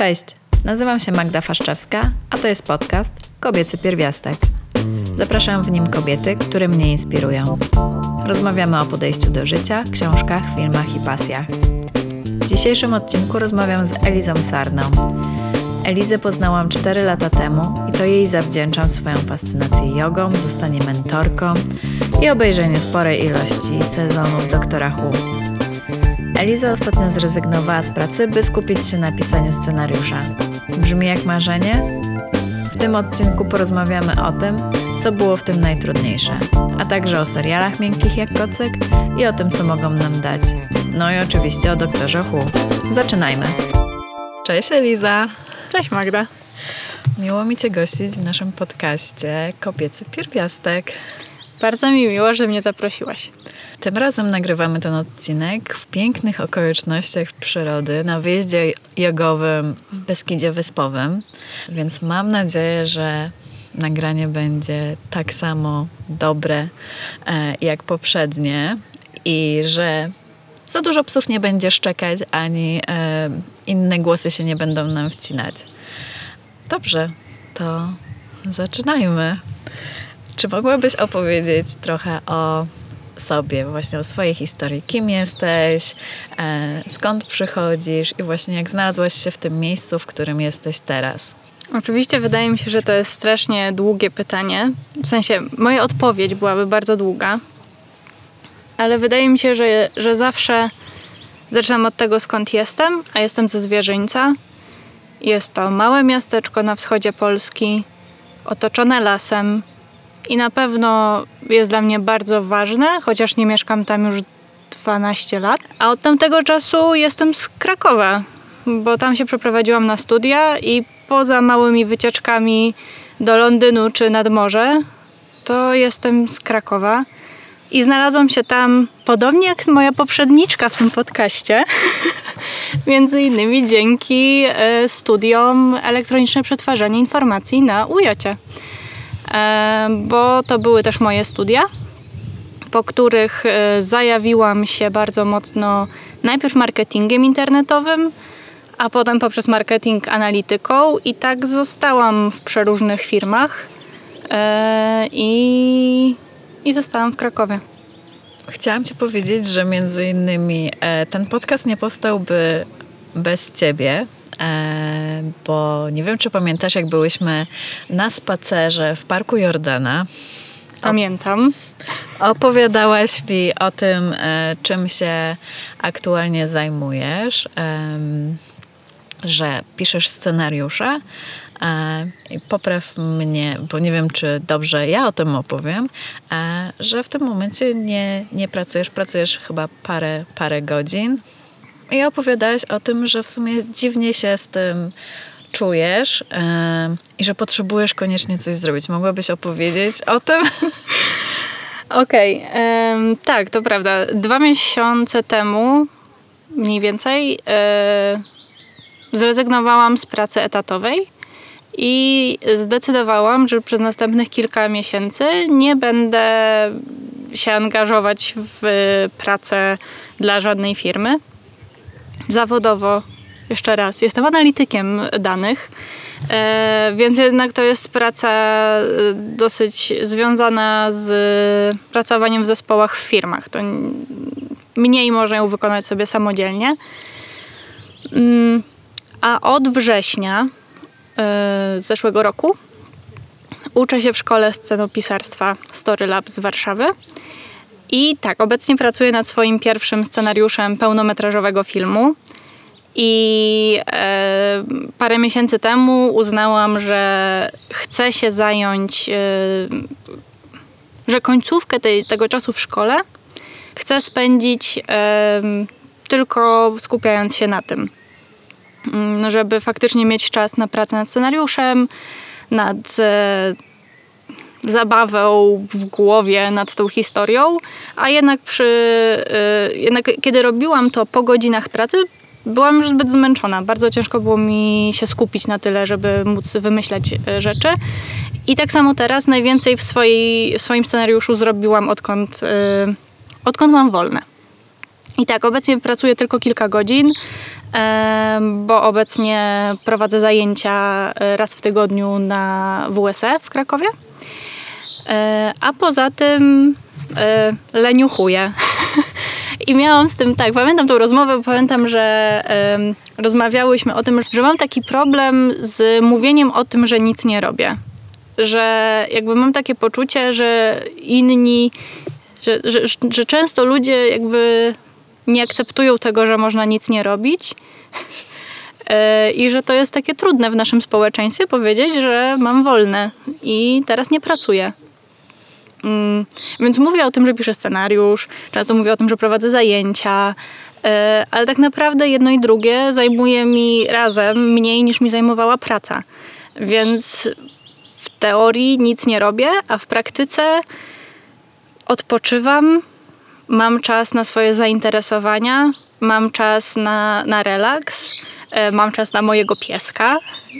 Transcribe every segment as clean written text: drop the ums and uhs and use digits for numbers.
Cześć, nazywam się Magda Faszczewska, a to jest podcast Kobiecy Pierwiastek. Zapraszam w nim kobiety, które mnie inspirują. Rozmawiamy o podejściu do życia, książkach, filmach i pasjach. W dzisiejszym odcinku rozmawiam z Elizą Sarną. Elizę poznałam 4 lata temu i to jej zawdzięczam swoją fascynację jogą, zostanie mentorką i obejrzenie sporej ilości sezonów Doktora Who. Eliza ostatnio zrezygnowała z pracy, by skupić się na pisaniu scenariusza. Brzmi jak marzenie? W tym odcinku porozmawiamy o tym, co było w tym najtrudniejsze, a także o serialach miękkich jak kocyk i o tym, co mogą nam dać. No i oczywiście o Doktorze Who. Zaczynajmy! Cześć Eliza! Cześć Magda! Miło mi Cię gościć w naszym podcaście Kobiecy Pierwiastek. Bardzo mi miło, że mnie zaprosiłaś. Tym razem nagrywamy ten odcinek w pięknych okolicznościach przyrody, na wyjeździe jogowym w Beskidzie Wyspowym, więc mam nadzieję, że nagranie będzie tak samo dobre jak poprzednie i że za dużo psów nie będzie szczekać, ani inne głosy się nie będą nam wcinać. Dobrze, to zaczynajmy. Czy mogłabyś opowiedzieć trochę o sobie, właśnie o swojej historii? Kim jesteś, skąd przychodzisz i właśnie jak znalazłaś się w tym miejscu, w którym jesteś teraz? Oczywiście wydaje mi się, że to jest strasznie długie pytanie. W sensie moja odpowiedź byłaby bardzo długa, ale wydaje mi się, że zawsze zaczynam od tego, skąd jestem, a jestem ze Zwierzyńca. Jest to małe miasteczko na wschodzie Polski, otoczone lasem i na pewno jest dla mnie bardzo ważne, chociaż nie mieszkam tam już 12 lat. A od tamtego czasu jestem z Krakowa, bo tam się przeprowadziłam na studia i poza małymi wycieczkami do Londynu czy nad morze, to jestem z Krakowa. I znalazłam się tam, podobnie jak moja poprzedniczka w tym podcaście, między innymi dzięki studiom elektroniczne przetwarzanie informacji na UJ-cie. Bo to były też moje studia, po których zajawiłam się bardzo mocno najpierw marketingiem internetowym, a potem poprzez marketing analityką i tak zostałam w przeróżnych firmach i zostałam w Krakowie. Chciałam Ci powiedzieć, że między innymi ten podcast nie powstałby bez Ciebie, bo nie wiem, czy pamiętasz, jak byłyśmy na spacerze w Parku Jordana. Pamiętam. Opowiadałaś mi o tym, czym się aktualnie zajmujesz, że piszesz scenariusze. I popraw mnie, bo nie wiem, czy dobrze ja o tym opowiem, że w tym momencie nie pracujesz chyba parę godzin i opowiadałaś o tym, że w sumie dziwnie się z tym czujesz i że potrzebujesz koniecznie coś zrobić. Mogłabyś opowiedzieć o tym? Okej, tak, to prawda. 2 miesiące temu mniej więcej zrezygnowałam z pracy etatowej i zdecydowałam, że przez następnych kilka miesięcy nie będę się angażować w pracę dla żadnej firmy. Zawodowo, jeszcze raz, jestem analitykiem danych, więc jednak to jest praca dosyć związana z pracowaniem w zespołach w firmach. To mniej można ją wykonać sobie samodzielnie. A od września zeszłego roku uczę się w szkole scenopisarstwa Storylab z Warszawy i tak, obecnie pracuję nad swoim pierwszym scenariuszem pełnometrażowego filmu i parę miesięcy temu uznałam, że chcę się zająć, że końcówkę tego czasu w szkole chcę spędzić tylko skupiając się na tym, żeby faktycznie mieć czas na pracę nad scenariuszem, nad zabawą w głowie, nad tą historią, a jednak kiedy robiłam to po godzinach pracy, byłam już zbyt zmęczona. Bardzo ciężko było mi się skupić na tyle, żeby móc wymyślać rzeczy. I tak samo teraz najwięcej w swoim scenariuszu zrobiłam, odkąd mam wolne. I tak, obecnie pracuję tylko kilka godzin, bo obecnie prowadzę zajęcia raz w tygodniu na WSE w Krakowie. A poza tym leniuchuję. I miałam z tym, tak, pamiętam tą rozmowę, bo pamiętam, że rozmawiałyśmy o tym, że mam taki problem z mówieniem o tym, że nic nie robię. Że jakby mam takie poczucie, że inni, że często ludzie jakby nie akceptują tego, że można nic nie robić. I że to jest takie trudne w naszym społeczeństwie powiedzieć, że mam wolne i teraz nie pracuję. Więc mówię o tym, że piszę scenariusz, często mówię o tym, że prowadzę zajęcia, ale tak naprawdę jedno i drugie zajmuje mi razem mniej niż mi zajmowała praca. Więc w teorii nic nie robię, a w praktyce odpoczywam, mam czas na swoje zainteresowania, mam czas na relaks, mam czas na mojego pieska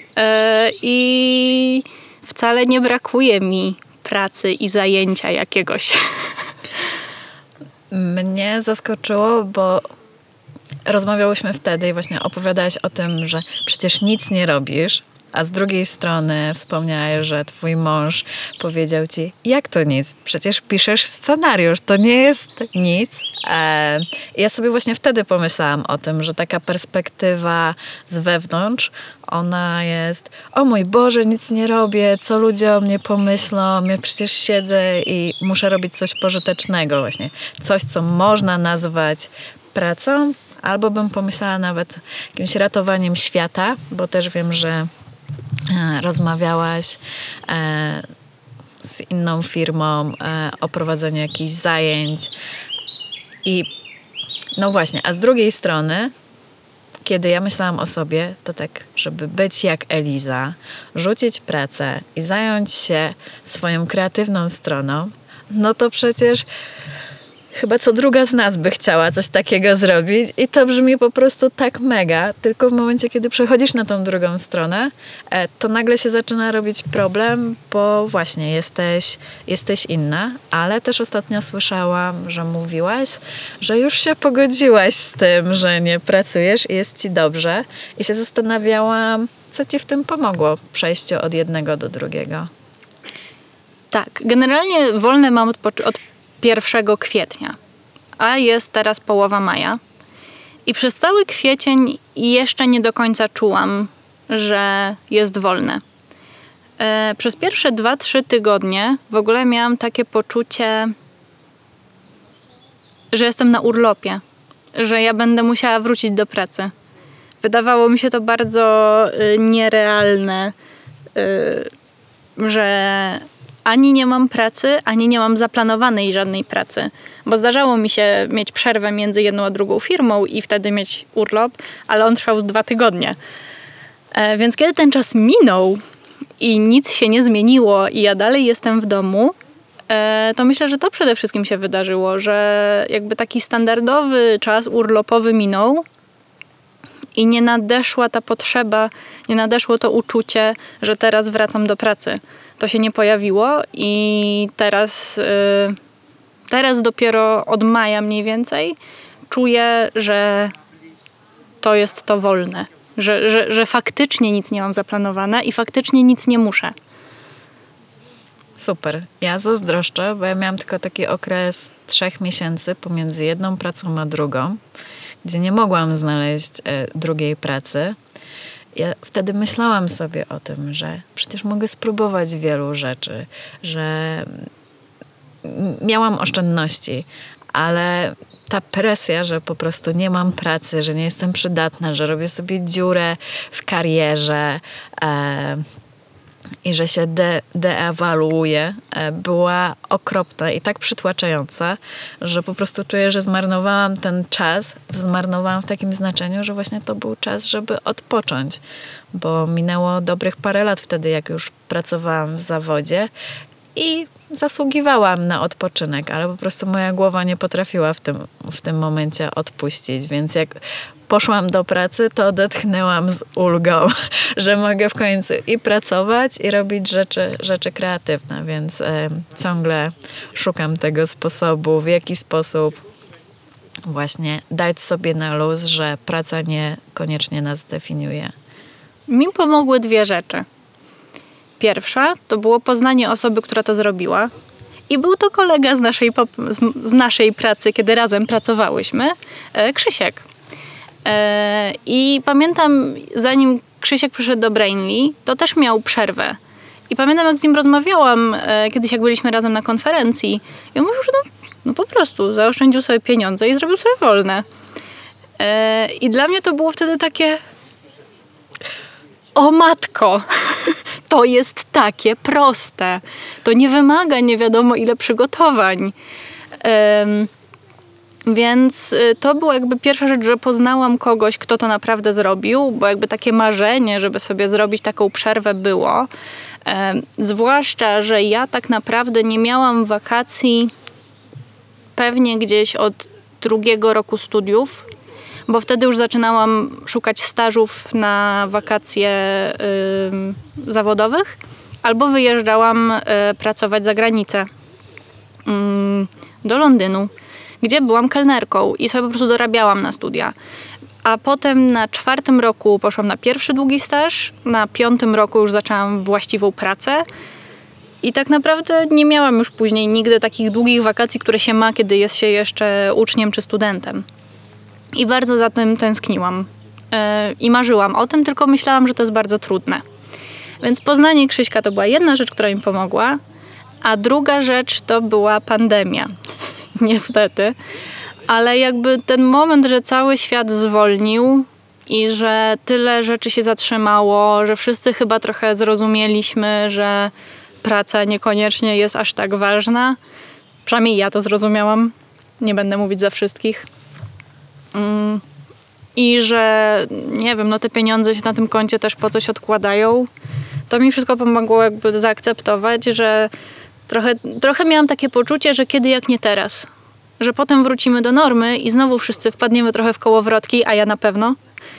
i wcale nie brakuje mi pracy i zajęcia jakiegoś. Mnie zaskoczyło, bo rozmawiałyśmy wtedy i właśnie opowiadałaś o tym, że przecież nic nie robisz, a z drugiej strony wspomniałaś, że twój mąż powiedział ci, jak to nic? Przecież piszesz scenariusz, to nie jest nic. Ja sobie właśnie wtedy pomyślałam o tym, że taka perspektywa z wewnątrz, ona jest, o mój Boże, nic nie robię, co ludzie o mnie pomyślą, ja przecież siedzę i muszę robić coś pożytecznego właśnie. Coś, co można nazwać pracą, albo bym pomyślała nawet jakimś ratowaniem świata, bo też wiem, że rozmawiałaś z inną firmą o prowadzeniu jakichś zajęć i no właśnie, a z drugiej strony kiedy ja myślałam o sobie, to tak, żeby być jak Eliza, rzucić pracę i zająć się swoją kreatywną stroną, no to przecież chyba co druga z nas by chciała coś takiego zrobić i to brzmi po prostu tak mega, tylko w momencie, kiedy przechodzisz na tą drugą stronę, to nagle się zaczyna robić problem, bo właśnie jesteś inna, ale też ostatnio słyszałam, że mówiłaś, że już się pogodziłaś z tym, że nie pracujesz i jest ci dobrze i się zastanawiałam, co ci w tym pomogło w przejściu od jednego do drugiego. Tak, generalnie wolne mam od 1 kwietnia, a jest teraz połowa maja. I przez cały kwiecień jeszcze nie do końca czułam, że jest wolne. Przez pierwsze 2-3 tygodnie w ogóle miałam takie poczucie, że jestem na urlopie, że ja będę musiała wrócić do pracy. Wydawało mi się to bardzo nierealne, że ani nie mam pracy, ani nie mam zaplanowanej żadnej pracy. Bo zdarzało mi się mieć przerwę między jedną a drugą firmą i wtedy mieć urlop, ale on trwał 2 tygodnie. Więc kiedy ten czas minął i nic się nie zmieniło i ja dalej jestem w domu, to myślę, że to przede wszystkim się wydarzyło, że jakby taki standardowy czas urlopowy minął i nie nadeszła ta potrzeba, nie nadeszło to uczucie, że teraz wracam do pracy. To się nie pojawiło i teraz dopiero od maja mniej więcej czuję, że to jest to wolne. Że faktycznie nic nie mam zaplanowane i faktycznie nic nie muszę. Super. Ja zazdroszczę, bo ja miałam tylko taki okres 3 miesięcy pomiędzy jedną pracą a drugą, gdzie nie mogłam znaleźć drugiej pracy. Ja wtedy myślałam sobie o tym, że przecież mogę spróbować wielu rzeczy, że miałam oszczędności, ale ta presja, że po prostu nie mam pracy, że nie jestem przydatna, że robię sobie dziurę w karierze i że się deewaluuję, była okropna i tak przytłaczająca, że po prostu czuję, że zmarnowałam ten czas. Zmarnowałam w takim znaczeniu, że właśnie to był czas, żeby odpocząć, bo minęło dobrych parę lat wtedy, jak już pracowałam w zawodzie i zasługiwałam na odpoczynek, ale po prostu moja głowa nie potrafiła w tym momencie odpuścić, więc jak poszłam do pracy, to odetchnęłam z ulgą, że mogę w końcu i pracować, i robić rzeczy kreatywne, więc ciągle szukam tego sposobu, w jaki sposób właśnie dać sobie na luz, że praca niekoniecznie nas definiuje? Mi pomogły dwie rzeczy. Pierwsza to było poznanie osoby, która to zrobiła. I był to kolega z naszej pracy, kiedy razem pracowałyśmy, Krzysiek. I pamiętam, zanim Krzysiek przyszedł do Brainly, to też miał przerwę. I pamiętam, jak z nim rozmawiałam kiedyś, jak byliśmy razem na konferencji. I on mówił, że no po prostu zaoszczędził sobie pieniądze i zrobił sobie wolne. I dla mnie to było wtedy takie... O matko! To jest takie proste. To nie wymaga nie wiadomo ile przygotowań. Więc to była jakby pierwsza rzecz, że poznałam kogoś, kto to naprawdę zrobił, bo jakby takie marzenie, żeby sobie zrobić taką przerwę było. Zwłaszcza, że ja tak naprawdę nie miałam wakacji pewnie gdzieś od 2. roku studiów, bo wtedy już zaczynałam szukać stażów na wakacje zawodowych albo wyjeżdżałam pracować za granicę do Londynu, gdzie byłam kelnerką i sobie po prostu dorabiałam na studia. A potem na 4. roku poszłam na pierwszy długi staż, na 5. roku już zaczęłam właściwą pracę i tak naprawdę nie miałam już później nigdy takich długich wakacji, które się ma, kiedy jest się jeszcze uczniem czy studentem. I bardzo za tym tęskniłam. I marzyłam o tym, tylko myślałam, że to jest bardzo trudne. Więc poznanie Krzyśka to była jedna rzecz, która mi pomogła, a druga rzecz to była pandemia. Niestety. Ale jakby ten moment, że cały świat zwolnił i że tyle rzeczy się zatrzymało, że wszyscy chyba trochę zrozumieliśmy, że praca niekoniecznie jest aż tak ważna. Przynajmniej ja to zrozumiałam. Nie będę mówić za wszystkich. I że, nie wiem, no te pieniądze się na tym koncie też po coś odkładają. To mi wszystko pomogło jakby zaakceptować, że trochę miałam takie poczucie, że kiedy jak nie teraz. Że potem wrócimy do normy i znowu wszyscy wpadniemy trochę w kołowrotki, a ja na pewno.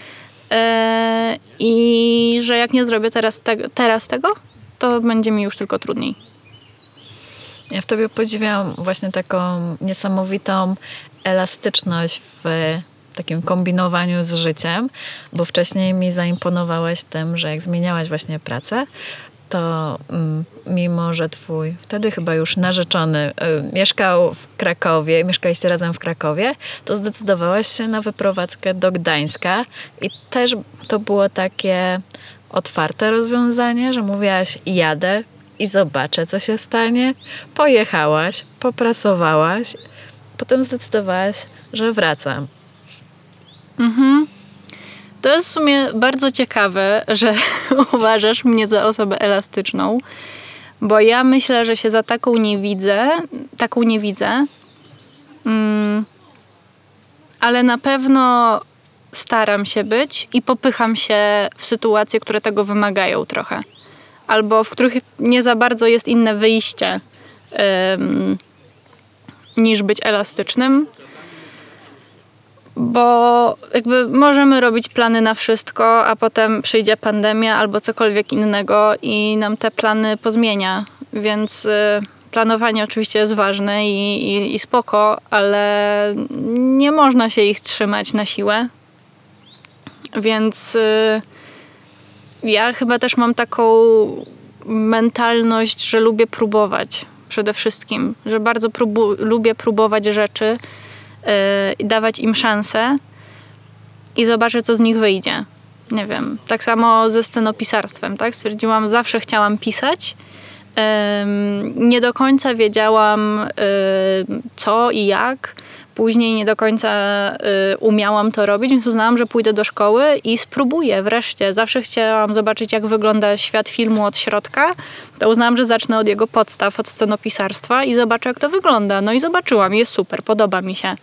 I że jak nie zrobię teraz tego, to będzie mi już tylko trudniej. Ja w tobie podziwiam właśnie taką niesamowitą elastyczność w takim kombinowaniu z życiem, bo wcześniej mi zaimponowałaś tym, że jak zmieniałaś właśnie pracę, to mimo, że twój wtedy chyba już narzeczony mieszkał w Krakowie, mieszkaliście razem w Krakowie, to zdecydowałaś się na wyprowadzkę do Gdańska i też to było takie otwarte rozwiązanie, że mówiłaś jadę i zobaczę, co się stanie. Pojechałaś, popracowałaś, potem zdecydowałaś, że wracam. To jest w sumie bardzo ciekawe, że uważasz mnie za osobę elastyczną, bo ja myślę, że się za taką nie widzę, ale na pewno staram się być i popycham się w sytuacje, które tego wymagają trochę. Albo w których nie za bardzo jest inne wyjście niż być elastycznym. Bo jakby możemy robić plany na wszystko, a potem przyjdzie pandemia albo cokolwiek innego i nam te plany pozmienia. Więc planowanie oczywiście jest ważne i spoko, ale nie można się ich trzymać na siłę. Więc ja chyba też mam taką mentalność, że lubię próbować przede wszystkim. Że bardzo lubię próbować rzeczy i dawać im szansę i zobaczę, co z nich wyjdzie. Nie wiem, tak samo ze scenopisarstwem, tak? Stwierdziłam, zawsze chciałam pisać. Nie do końca wiedziałam co i jak. Później nie do końca umiałam to robić, więc uznałam, że pójdę do szkoły i spróbuję wreszcie. Zawsze chciałam zobaczyć, jak wygląda świat filmu od środka. To uznałam, że zacznę od jego podstaw, od scenopisarstwa i zobaczę, jak to wygląda. No i zobaczyłam, jest super, podoba mi się.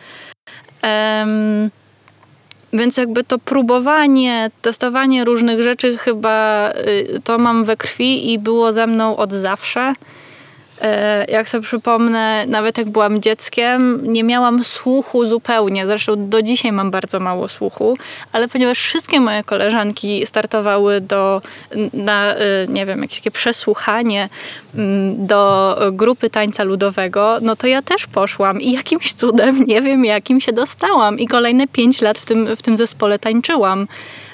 Więc jakby to próbowanie, testowanie różnych rzeczy chyba to mam we krwi i było ze mną od zawsze. Jak sobie przypomnę, nawet jak byłam dzieckiem, nie miałam słuchu zupełnie. Zresztą do dzisiaj mam bardzo mało słuchu, ale ponieważ wszystkie moje koleżanki startowały na nie wiem, jakieś takie przesłuchanie do grupy tańca ludowego, no to ja też poszłam i jakimś cudem, nie wiem jakim, się dostałam i kolejne 5 lat w tym zespole tańczyłam.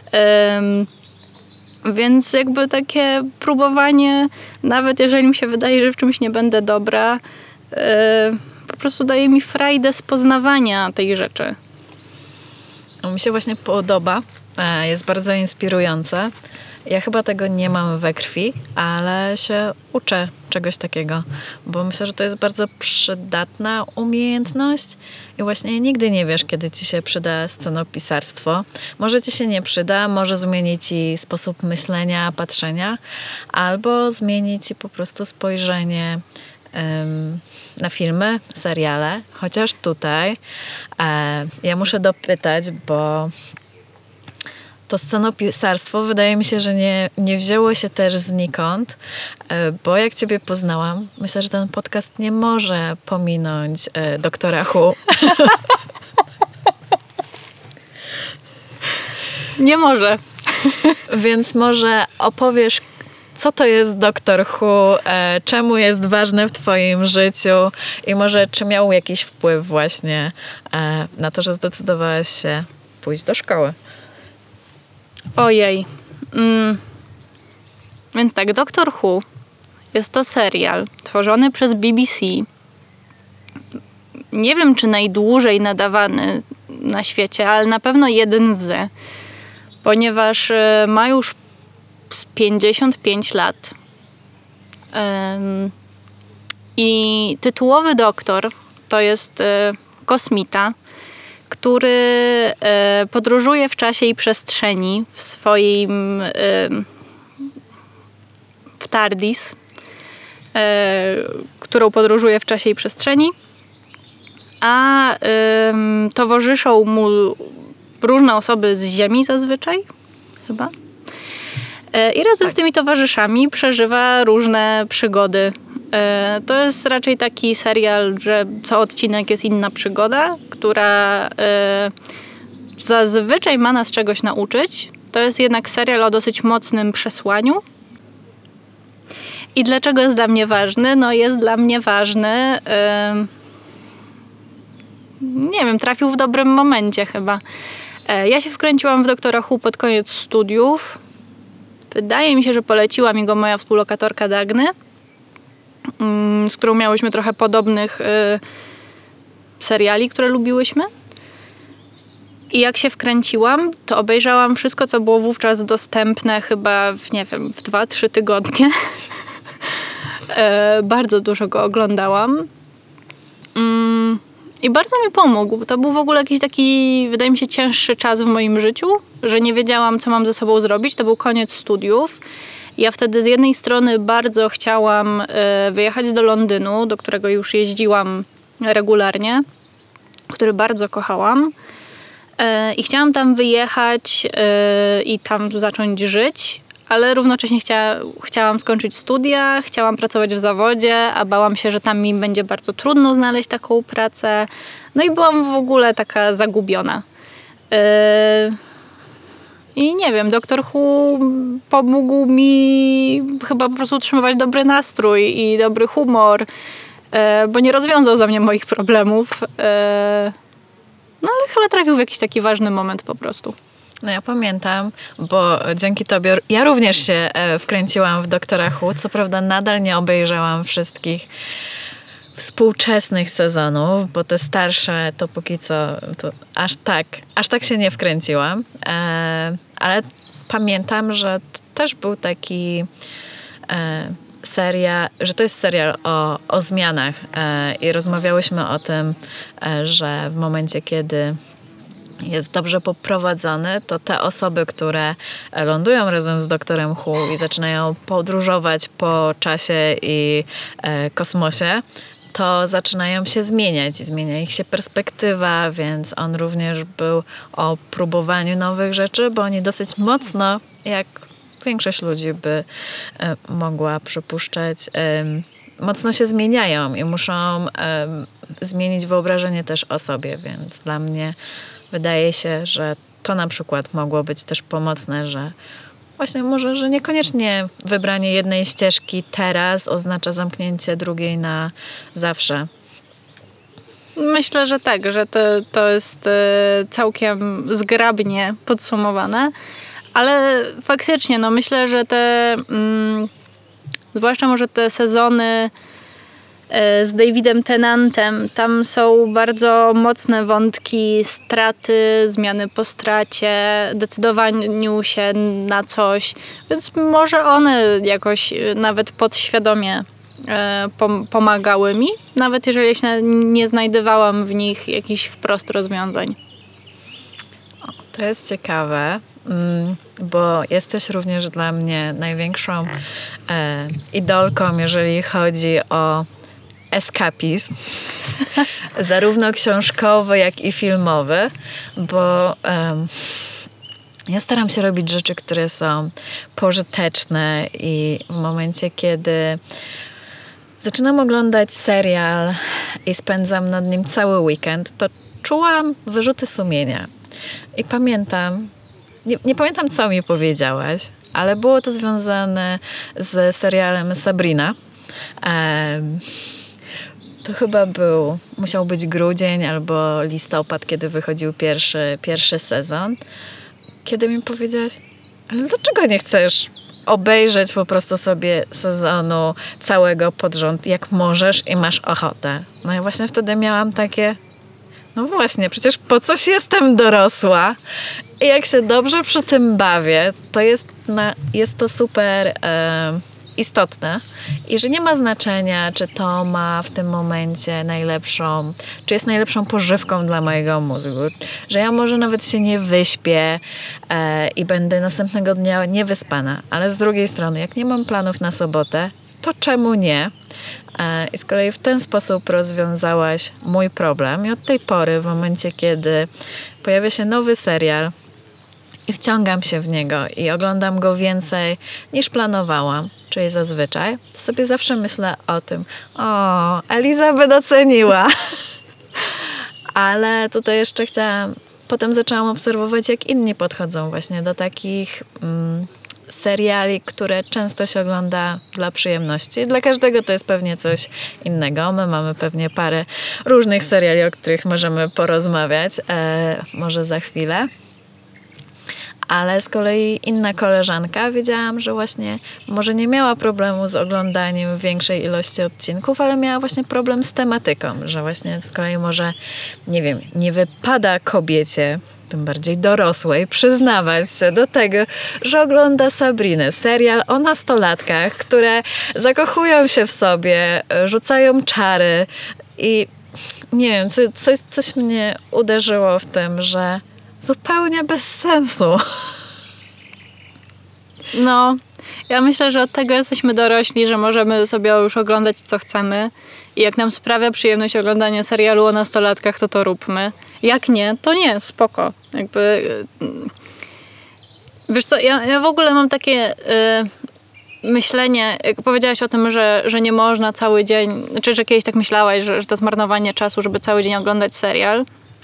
Więc jakby takie próbowanie, nawet jeżeli mi się wydaje, że w czymś nie będę dobra, po prostu daje mi frajdę z poznawania tej rzeczy. Mi się właśnie podoba, jest bardzo inspirujące. Ja chyba tego nie mam we krwi, ale się uczę czegoś takiego, bo myślę, że to jest bardzo przydatna umiejętność i właśnie nigdy nie wiesz, kiedy ci się przyda scenopisarstwo. Może ci się nie przyda, może zmieni ci sposób myślenia, patrzenia, albo zmieni ci po prostu spojrzenie na filmy, seriale, chociaż tutaj ja muszę dopytać, bo to scenopisarstwo wydaje mi się, że nie wzięło się też znikąd, bo jak ciebie poznałam, myślę, że ten podcast nie może pominąć doktora Who. Nie może. Więc może opowiesz, co to jest doktor Who, czemu jest ważne w twoim życiu i może czy miał jakiś wpływ właśnie na to, że zdecydowałaś się pójść do szkoły. Ojej. Więc tak, Doctor Who jest to serial tworzony przez BBC. Nie wiem, czy najdłużej nadawany na świecie, ale na pewno jeden z, ponieważ ma już 55 lat. I tytułowy doktor to jest kosmita, który podróżuje w czasie i przestrzeni w swoim w TARDIS, którą podróżuje w czasie i przestrzeni, a towarzyszą mu różne osoby z Ziemi zazwyczaj, chyba. I razem z tymi towarzyszami przeżywa różne przygody. To jest raczej taki serial, że co odcinek jest inna przygoda, która zazwyczaj ma nas czegoś nauczyć. To jest jednak serial o dosyć mocnym przesłaniu. I dlaczego jest dla mnie ważny? No jest dla mnie ważny, nie wiem, trafił w dobrym momencie chyba. Ja się wkręciłam w Doktora Who pod koniec studiów. Wydaje mi się, że poleciła mi go moja współlokatorka Dagny, z którą miałyśmy trochę podobnych seriali, które lubiłyśmy. I jak się wkręciłam, to obejrzałam wszystko, co było wówczas dostępne chyba w 2-3 tygodnie. Bardzo dużo go oglądałam. I bardzo mi pomógł. To był w ogóle jakiś taki, wydaje mi się, cięższy czas w moim życiu, że nie wiedziałam, co mam ze sobą zrobić. To był koniec studiów. Ja wtedy z jednej strony bardzo chciałam wyjechać do Londynu, do którego już jeździłam regularnie, który bardzo kochałam. I chciałam tam wyjechać i tam zacząć żyć, ale równocześnie chciałam skończyć studia, chciałam pracować w zawodzie, a bałam się, że tam mi będzie bardzo trudno znaleźć taką pracę. No i byłam w ogóle taka zagubiona. I nie wiem, Doktor Who pomógł mi chyba po prostu utrzymywać dobry nastrój i dobry humor, bo nie rozwiązał za mnie moich problemów. No ale chyba trafił w jakiś taki ważny moment po prostu. No ja pamiętam, bo dzięki tobie ja również się wkręciłam w Doktora Who. Co prawda nadal nie obejrzałam wszystkich współczesnych sezonów, bo te starsze to póki co to aż tak się nie wkręciłam. Ale pamiętam, że to też był taki że to jest serial o zmianach i rozmawiałyśmy o tym, że w momencie, kiedy jest dobrze poprowadzony, to te osoby, które lądują razem z doktorem Who i zaczynają podróżować po czasie i kosmosie, to zaczynają się zmieniać i zmienia ich się perspektywa, więc on również był o próbowaniu nowych rzeczy, bo oni dosyć mocno, jak większość ludzi by mogła przypuszczać, mocno się zmieniają i muszą zmienić wyobrażenie też o sobie, więc dla mnie wydaje się, że to na przykład mogło być też pomocne, że właśnie może, że niekoniecznie wybranie jednej ścieżki teraz oznacza zamknięcie drugiej na zawsze. Myślę, że tak, że to jest całkiem zgrabnie podsumowane, ale faktycznie, no myślę, że zwłaszcza może te sezony z Davidem Tennantem, tam są bardzo mocne wątki straty, zmiany po stracie, decydowaniu się na coś, więc może one jakoś nawet podświadomie pomagały mi, nawet jeżeli się nie znajdowałam w nich jakichś wprost rozwiązań. To jest ciekawe, bo jesteś również dla mnie największą idolką, jeżeli chodzi o eskapizm, zarówno książkowy, jak i filmowy, bo ja staram się robić rzeczy, które są pożyteczne i w momencie, kiedy zaczynam oglądać serial i spędzam nad nim cały weekend, to czułam wyrzuty sumienia. I pamiętam, nie pamiętam, co mi powiedziałaś, ale było to związane z serialem Sabrina. To chyba musiał być grudzień albo listopad, kiedy wychodził pierwszy sezon. Kiedy mi powiedziałaś, ale dlaczego nie chcesz obejrzeć po prostu sobie sezonu całego pod rząd, jak możesz i masz ochotę? No i właśnie wtedy miałam takie, no właśnie, przecież po coś jestem dorosła i jak się dobrze przy tym bawię, to jest to super istotne i że nie ma znaczenia, czy to ma w tym momencie czy jest najlepszą pożywką dla mojego mózgu, że ja może nawet się nie wyśpię i będę następnego dnia niewyspana, ale z drugiej strony, jak nie mam planów na sobotę, to czemu nie? I z kolei w ten sposób rozwiązałaś mój problem i od tej pory, w momencie, kiedy pojawia się nowy serial i wciągam się w niego i oglądam go więcej niż planowałam, czyli zazwyczaj, to sobie zawsze myślę o tym, Eliza by doceniła. Ale tutaj jeszcze potem zaczęłam obserwować, jak inni podchodzą właśnie do takich seriali, które często się ogląda dla przyjemności. Dla każdego to jest pewnie coś innego. My mamy pewnie parę różnych seriali, o których możemy porozmawiać, może za chwilę. Ale z kolei inna koleżanka, wiedziałam, że właśnie może nie miała problemu z oglądaniem większej ilości odcinków, ale miała właśnie problem z tematyką, że właśnie z kolei może, nie wiem, nie wypada kobiecie, tym bardziej dorosłej, przyznawać się do tego, że ogląda Sabrinę, serial o nastolatkach, które zakochują się w sobie, rzucają czary i nie wiem, coś mnie uderzyło w tym, że zupełnie bez sensu. No, ja myślę, że od tego jesteśmy dorośli, że możemy sobie już oglądać, co chcemy. I jak nam sprawia przyjemność oglądania serialu o nastolatkach, to róbmy. Jak nie, to nie, spoko. Wiesz co, ja w ogóle mam takie myślenie, jak powiedziałaś o tym, że nie można cały dzień, czy że kiedyś tak myślałaś, że to zmarnowanie czasu, żeby cały dzień oglądać serial.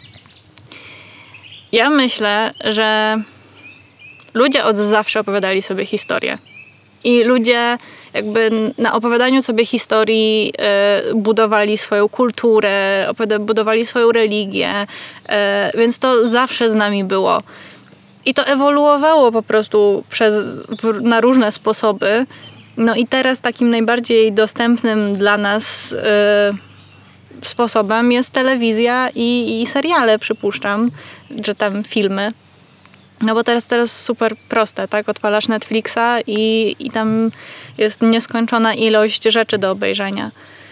Ja myślę, że ludzie od zawsze opowiadali sobie historię. I ludzie jakby na opowiadaniu sobie historii budowali swoją kulturę, budowali swoją religię, więc to zawsze z nami było. I to ewoluowało po prostu na różne sposoby. No i teraz takim najbardziej dostępnym dla nas sposobem jest telewizja i seriale, przypuszczam, że tam filmy. No bo teraz super proste, tak? Odpalasz Netflixa i tam jest nieskończona ilość rzeczy do obejrzenia.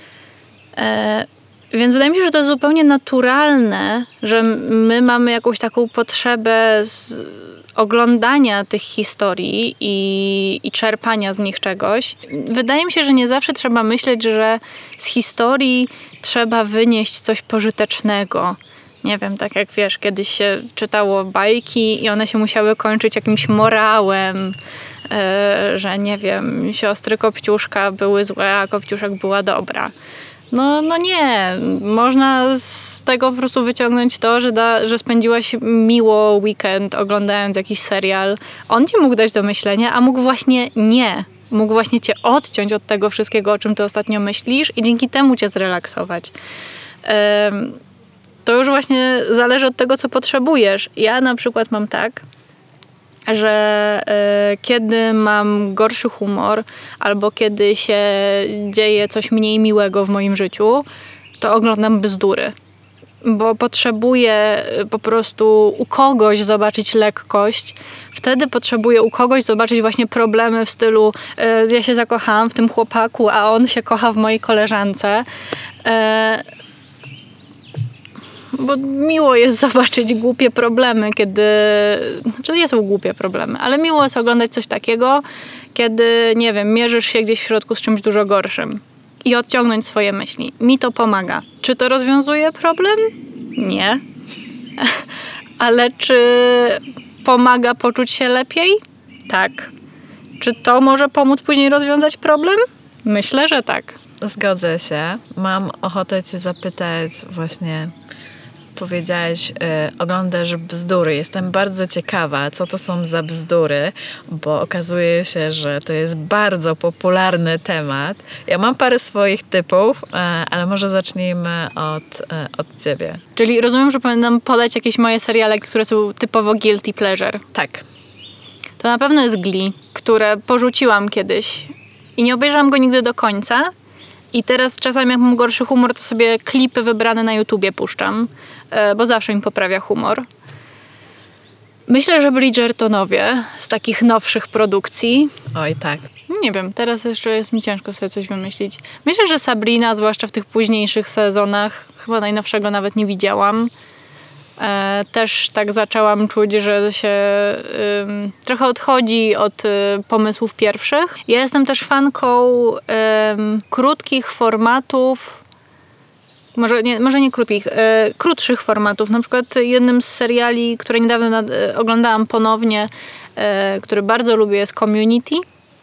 Więc wydaje mi się, że to jest zupełnie naturalne, że my mamy jakąś taką potrzebę oglądania tych historii i czerpania z nich czegoś. Wydaje mi się, że nie zawsze trzeba myśleć, że z historii trzeba wynieść coś pożytecznego. Nie wiem, tak jak wiesz, kiedyś się czytało bajki i one się musiały kończyć jakimś morałem. że nie wiem, siostry Kopciuszka były złe, a Kopciuszek była dobra. No nie, można z tego po prostu wyciągnąć to, że spędziłaś miło weekend oglądając jakiś serial. On ci mógł dać do myślenia, a mógł właśnie nie. Mógł właśnie cię odciąć od tego wszystkiego, o czym ty ostatnio myślisz i dzięki temu cię zrelaksować. To już właśnie zależy od tego, co potrzebujesz. Ja na przykład mam tak, że kiedy mam gorszy humor albo kiedy się dzieje coś mniej miłego w moim życiu, to oglądam bzdury. Bo potrzebuję po prostu u kogoś zobaczyć lekkość. Wtedy potrzebuję u kogoś zobaczyć właśnie problemy w stylu ja się zakochałam w tym chłopaku, a on się kocha w mojej koleżance. Bo miło jest zobaczyć głupie problemy, znaczy nie są głupie problemy, ale miło jest oglądać coś takiego, kiedy, nie wiem, mierzysz się gdzieś w środku z czymś dużo gorszym i odciągnąć swoje myśli. Mi to pomaga. Czy to rozwiązuje problem? Nie. Ale czy pomaga poczuć się lepiej? Tak. Czy to może pomóc później rozwiązać problem? Myślę, że tak. Zgodzę się. Mam ochotę cię zapytać właśnie, powiedziałaś, oglądasz bzdury. Jestem bardzo ciekawa, co to są za bzdury, bo okazuje się, że to jest bardzo popularny temat. Ja mam parę swoich typów, ale może zacznijmy od ciebie. Czyli rozumiem, że powinnam podać jakieś moje seriale, które są typowo guilty pleasure. Tak. To na pewno jest Glee, które porzuciłam kiedyś i nie obejrzałam go nigdy do końca. I teraz czasami jak mam gorszy humor, to sobie klipy wybrane na YouTubie puszczam, bo zawsze mi poprawia humor. Myślę, że Bridgertonowie z takich nowszych produkcji. Oj, tak. Nie wiem, teraz jeszcze jest mi ciężko sobie coś wymyślić. Myślę, że Sabrina, zwłaszcza w tych późniejszych sezonach, chyba najnowszego nawet nie widziałam. Też tak zaczęłam czuć, że się trochę odchodzi od pomysłów pierwszych. Ja jestem też fanką krótkich formatów, może nie krótkich, krótszych formatów. Na przykład jednym z seriali, które niedawno oglądałam ponownie, który bardzo lubię, jest Community.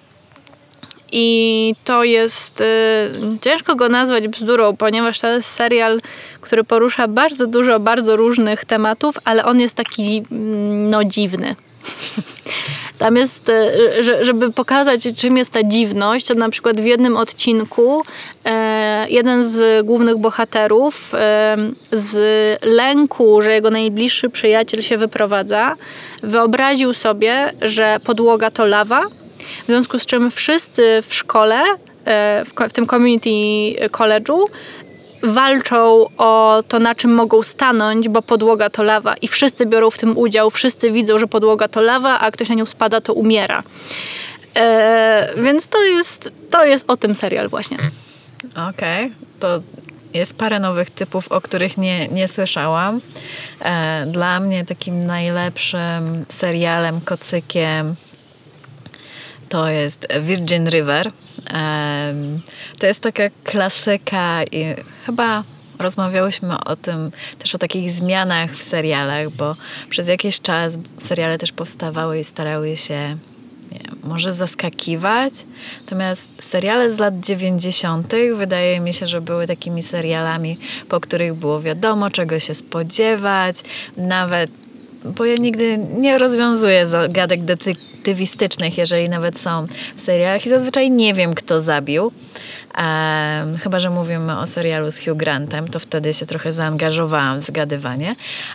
I to jest, ciężko go nazwać bzdurą, ponieważ to jest serial, który porusza bardzo dużo, bardzo różnych tematów, ale on jest taki, dziwny. Tam jest, żeby pokazać, czym jest ta dziwność, to na przykład w jednym odcinku jeden z głównych bohaterów z lęku, że jego najbliższy przyjaciel się wyprowadza, wyobraził sobie, że podłoga to lawa. W związku z czym wszyscy w szkole, w tym community college'u, walczą o to, na czym mogą stanąć, bo podłoga to lawa. I wszyscy biorą w tym udział, wszyscy widzą, że podłoga to lawa, a ktoś na nią spada, to umiera. Więc to jest o tym serial właśnie. Okej. To jest parę nowych typów, o których nie słyszałam. Dla mnie takim najlepszym serialem, kocykiem to jest Virgin River. To jest taka klasyka i chyba rozmawiałyśmy o tym, też o takich zmianach w serialach, bo przez jakiś czas seriale też powstawały i starały się może zaskakiwać. Natomiast seriale z lat 90. wydaje mi się, że były takimi serialami, po których było wiadomo, czego się spodziewać. Nawet, bo ja nigdy nie rozwiązuję zagadek detektywistycznych, jeżeli nawet są w serialach i zazwyczaj nie wiem, kto zabił. Chyba że mówimy o serialu z Hugh Grantem, to wtedy się trochę zaangażowałam w zgadywanie.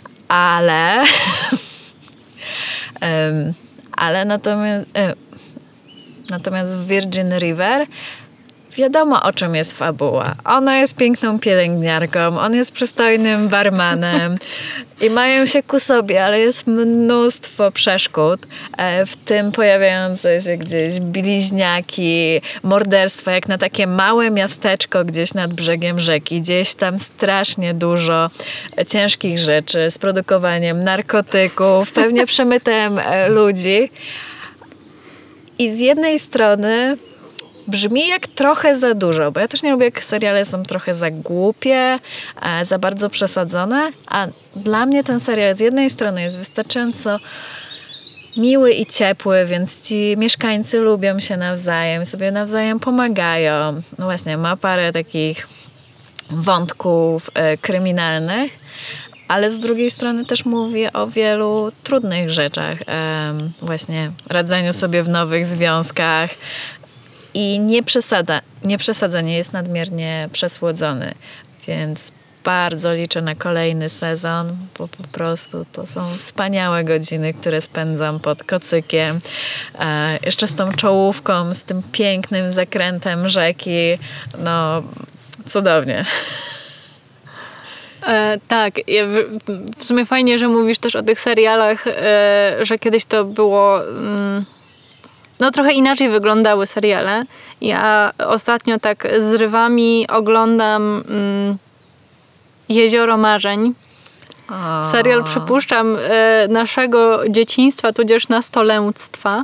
Ale natomiast w Virgin River wiadomo, o czym jest fabuła. Ona jest piękną pielęgniarką, on jest przystojnym barmanem i mają się ku sobie, ale jest mnóstwo przeszkód, w tym pojawiające się gdzieś bliźniaki, morderstwa, jak na takie małe miasteczko gdzieś nad brzegiem rzeki. Gdzieś tam strasznie dużo ciężkich rzeczy z produkowaniem narkotyków, pewnie przemytem ludzi. I z jednej strony brzmi jak trochę za dużo, bo ja też nie lubię, jak seriale są trochę za głupie, za bardzo przesadzone, a dla mnie ten serial z jednej strony jest wystarczająco miły i ciepły, więc ci mieszkańcy lubią się nawzajem, sobie nawzajem pomagają. No właśnie, ma parę takich wątków kryminalnych, ale z drugiej strony też mówi o wielu trudnych rzeczach. Właśnie radzeniu sobie w nowych związkach i nie przesadza, nie jest nadmiernie przesłodzony. Więc bardzo liczę na kolejny sezon, bo po prostu to są wspaniałe godziny, które spędzam pod kocykiem. Jeszcze z tą czołówką, z tym pięknym zakrętem rzeki. No, cudownie. Tak, w sumie fajnie, że mówisz też o tych serialach, że kiedyś to było... No trochę inaczej wyglądały seriale. Ja ostatnio tak z rywami oglądam Jezioro Marzeń. Serial, przypuszczam, naszego dzieciństwa, tudzież nastolenstwa.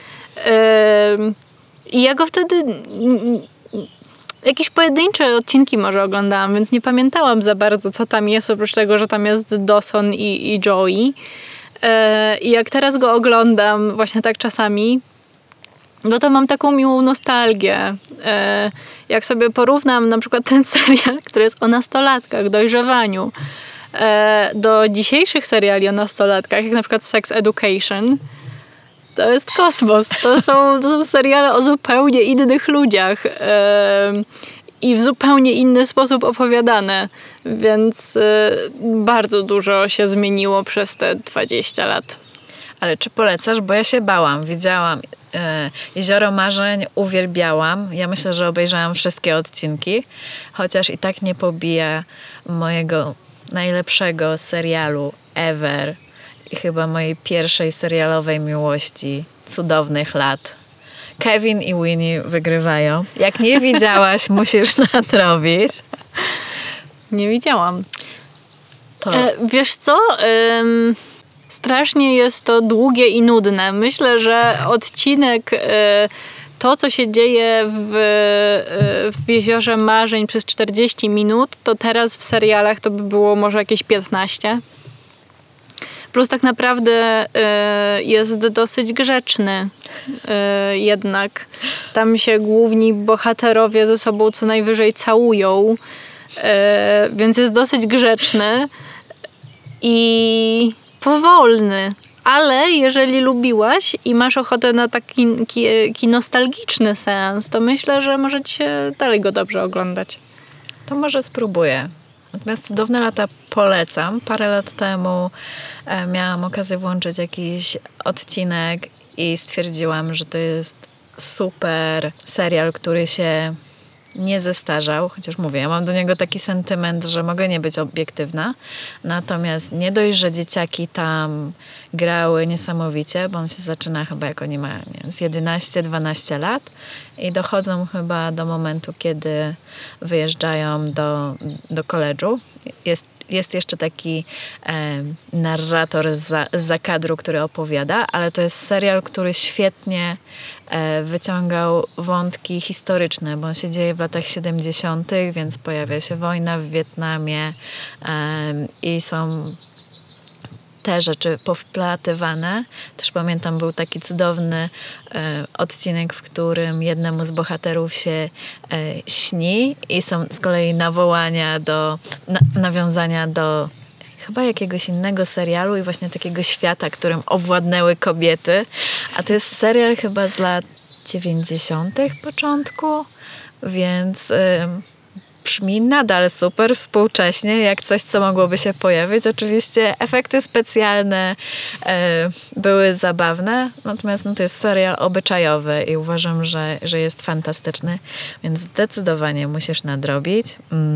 I ja go wtedy... Jakieś pojedyncze odcinki może oglądałam, więc nie pamiętałam za bardzo, co tam jest, oprócz tego, że tam jest Dawson i Joey. I jak teraz go oglądam właśnie tak czasami, no to mam taką miłą nostalgię. Jak sobie porównam na przykład ten serial, który jest o nastolatkach, dojrzewaniu, do dzisiejszych seriali o nastolatkach, jak na przykład Sex Education, to jest kosmos. To są seriale o zupełnie innych ludziach i w zupełnie inny sposób opowiadane. Więc bardzo dużo się zmieniło przez te 20 lat. Ale czy polecasz? Bo ja się bałam. Widziałam Jezioro Marzeń, uwielbiałam. Ja myślę, że obejrzałam wszystkie odcinki, chociaż i tak nie pobija mojego najlepszego serialu ever i chyba mojej pierwszej serialowej miłości, cudownych lat. Kevin i Winnie wygrywają. Jak nie widziałaś, musisz nadrobić. Nie widziałam. To... Wiesz co? Strasznie jest to długie i nudne. Myślę, że odcinek, to co się dzieje w Jeziorze Marzeń przez 40 minut, to teraz w serialach to by było może jakieś 15. Plus tak naprawdę jest dosyć grzeczny jednak. Tam się główni bohaterowie ze sobą co najwyżej całują, więc jest dosyć grzeczny i powolny. Ale jeżeli lubiłaś i masz ochotę na taki nostalgiczny seans, to myślę, że może ci się dalej go dobrze oglądać. To może spróbuję. Natomiast Cudowne lata polecam. Parę lat temu miałam okazję włączyć jakiś odcinek i stwierdziłam, że to jest super serial, który się nie zestarzał. Chociaż mówię, ja mam do niego taki sentyment, że mogę nie być obiektywna. Natomiast nie dość, że dzieciaki tam grały niesamowicie, bo on się zaczyna chyba jak oni mają z 11-12 lat i dochodzą chyba do momentu, kiedy wyjeżdżają do koledżu. Jest jeszcze taki narrator zza kadru, który opowiada, ale to jest serial, który świetnie wyciągał wątki historyczne, bo on się dzieje w latach 70., więc pojawia się wojna w Wietnamie i są te rzeczy powplatywane. Też pamiętam, był taki cudowny odcinek, w którym jednemu z bohaterów się śni i są z kolei nawołania nawiązania do chyba jakiegoś innego serialu i właśnie takiego świata, którym owładnęły kobiety. A to jest serial chyba z lat 90. początku, więc brzmi nadal super współcześnie, jak coś, co mogłoby się pojawić. Oczywiście efekty specjalne były zabawne, natomiast to jest serial obyczajowy i uważam, że jest fantastyczny, więc zdecydowanie musisz nadrobić.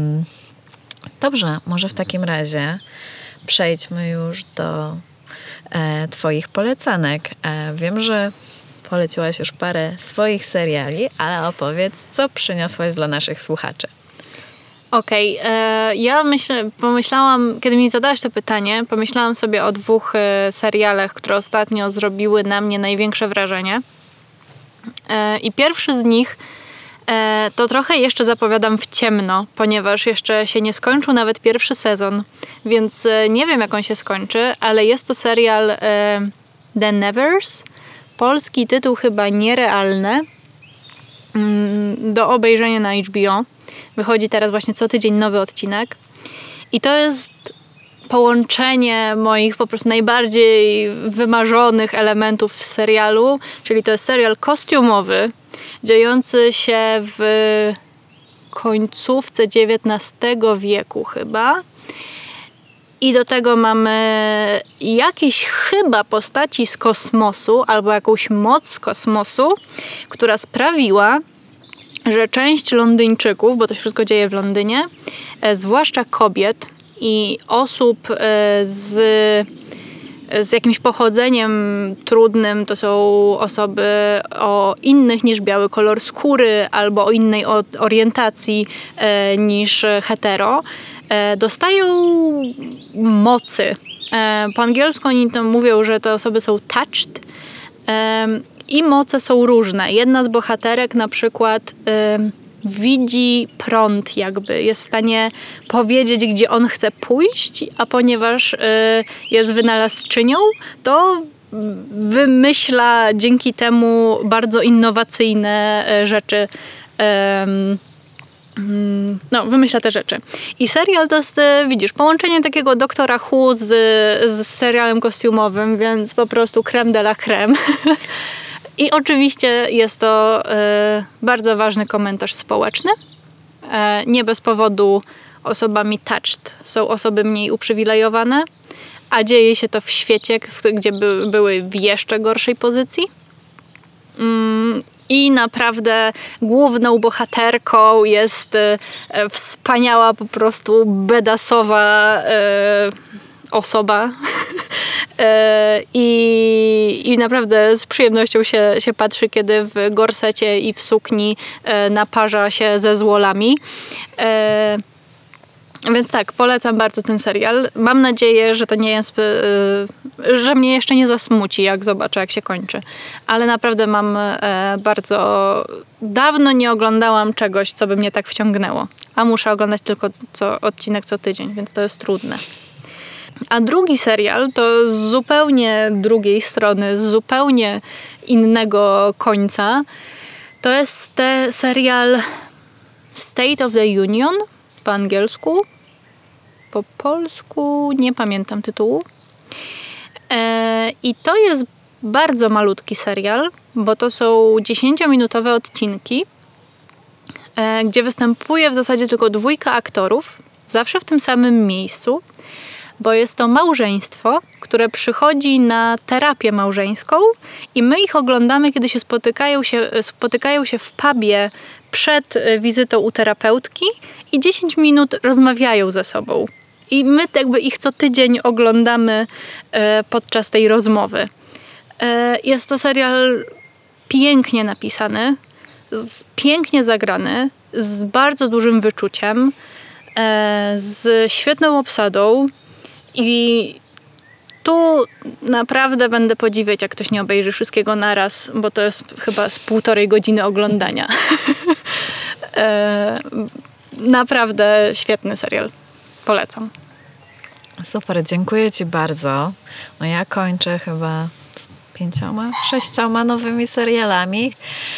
Dobrze, może w takim razie przejdźmy już do twoich polecanek. Wiem, że poleciłaś już parę swoich seriali, ale opowiedz, co przyniosłaś dla naszych słuchaczy. Okej, ja pomyślałam, kiedy mi zadałaś to pytanie, pomyślałam sobie o 2 serialach, które ostatnio zrobiły na mnie największe wrażenie. I pierwszy z nich to trochę jeszcze zapowiadam w ciemno, ponieważ jeszcze się nie skończył nawet pierwszy sezon, więc nie wiem, jak on się skończy, ale jest to serial The Nevers. Polski tytuł chyba Nierealne. Do obejrzenia na HBO. Wychodzi teraz właśnie co tydzień nowy odcinek. I to jest połączenie moich po prostu najbardziej wymarzonych elementów w serialu. Czyli to jest serial kostiumowy, dziejący się w końcówce XIX wieku chyba. I do tego mamy jakieś chyba postaci z kosmosu albo jakąś moc z kosmosu, która sprawiła, że część Londyńczyków, bo to się wszystko dzieje w Londynie, zwłaszcza kobiet i osób z jakimś pochodzeniem trudnym, to są osoby o innych niż biały kolor skóry albo o innej orientacji niż hetero, dostają mocy. Po angielsku oni to mówią, że te osoby są touched i moce są różne. Jedna z bohaterek na przykład widzi prąd jakby, jest w stanie powiedzieć, gdzie on chce pójść, a ponieważ jest wynalazczynią, to wymyśla dzięki temu bardzo innowacyjne rzeczy. Wymyśla te rzeczy. I serial to jest, widzisz, połączenie takiego Doktora Who z serialem kostiumowym, więc po prostu crème de la crème. I oczywiście jest to bardzo ważny komentarz społeczny. Nie bez powodu osobami touched są osoby mniej uprzywilejowane, a dzieje się to w świecie, gdzie były w jeszcze gorszej pozycji. I naprawdę główną bohaterką jest wspaniała, po prostu bedasowa osoba. I naprawdę z przyjemnością się patrzy, kiedy w gorsecie i w sukni naparza się ze złolami. Więc tak, polecam bardzo ten serial. Mam nadzieję, że to nie jest, że mnie jeszcze nie zasmuci, jak zobaczę, jak się kończy. Ale naprawdę bardzo dawno nie oglądałam czegoś, co by mnie tak wciągnęło. A muszę oglądać tylko odcinek co tydzień, więc to jest trudne. A drugi serial to z zupełnie drugiej strony, z zupełnie innego końca. To jest serial State of the Union po angielsku. Po polsku nie pamiętam tytułu. I to jest bardzo malutki serial, bo to są 10-minutowe odcinki, gdzie występuje w zasadzie tylko 2 aktorów, zawsze w tym samym miejscu, bo jest to małżeństwo, które przychodzi na terapię małżeńską i my ich oglądamy, kiedy się spotykają się w pubie przed wizytą u terapeutki i 10 minut rozmawiają ze sobą. I my jakby ich co tydzień oglądamy podczas tej rozmowy. Jest to serial pięknie napisany, pięknie zagrany, z bardzo dużym wyczuciem, z świetną obsadą i tu naprawdę będę podziwiać, jak ktoś nie obejrzy wszystkiego naraz, bo to jest chyba z 1,5 godziny oglądania. Naprawdę świetny serial. Polecam. Super, dziękuję Ci bardzo. No ja kończę chyba z 5-6 nowymi serialami,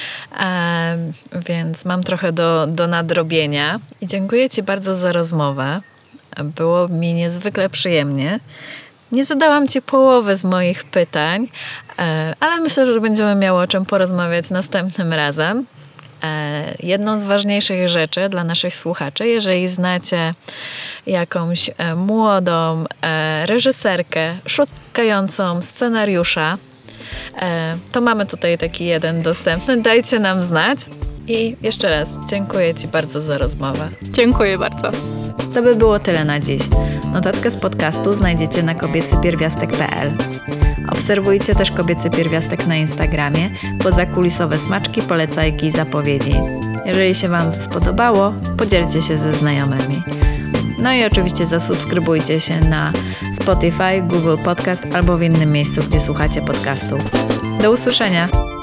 więc mam trochę do nadrobienia. I dziękuję Ci bardzo za rozmowę. Było mi niezwykle przyjemnie. Nie zadałam Ci połowy z moich pytań, ale myślę, że będziemy miały o czym porozmawiać następnym razem. Jedną z ważniejszych rzeczy dla naszych słuchaczy, jeżeli znacie jakąś młodą reżyserkę szukającą scenariusza, to mamy tutaj taki jeden dostępny. Dajcie nam znać. I jeszcze raz dziękuję Ci bardzo za rozmowę. Dziękuję bardzo. To by było tyle na dziś. Notatkę z podcastu znajdziecie na kobiecypierwiastek.pl. Obserwujcie też Kobiecy Pierwiastek na Instagramie po zakulisowe smaczki, polecajki i zapowiedzi. Jeżeli się Wam spodobało, podzielcie się ze znajomymi. No i oczywiście zasubskrybujcie się na Spotify, Google Podcast albo w innym miejscu, gdzie słuchacie podcastu. Do usłyszenia!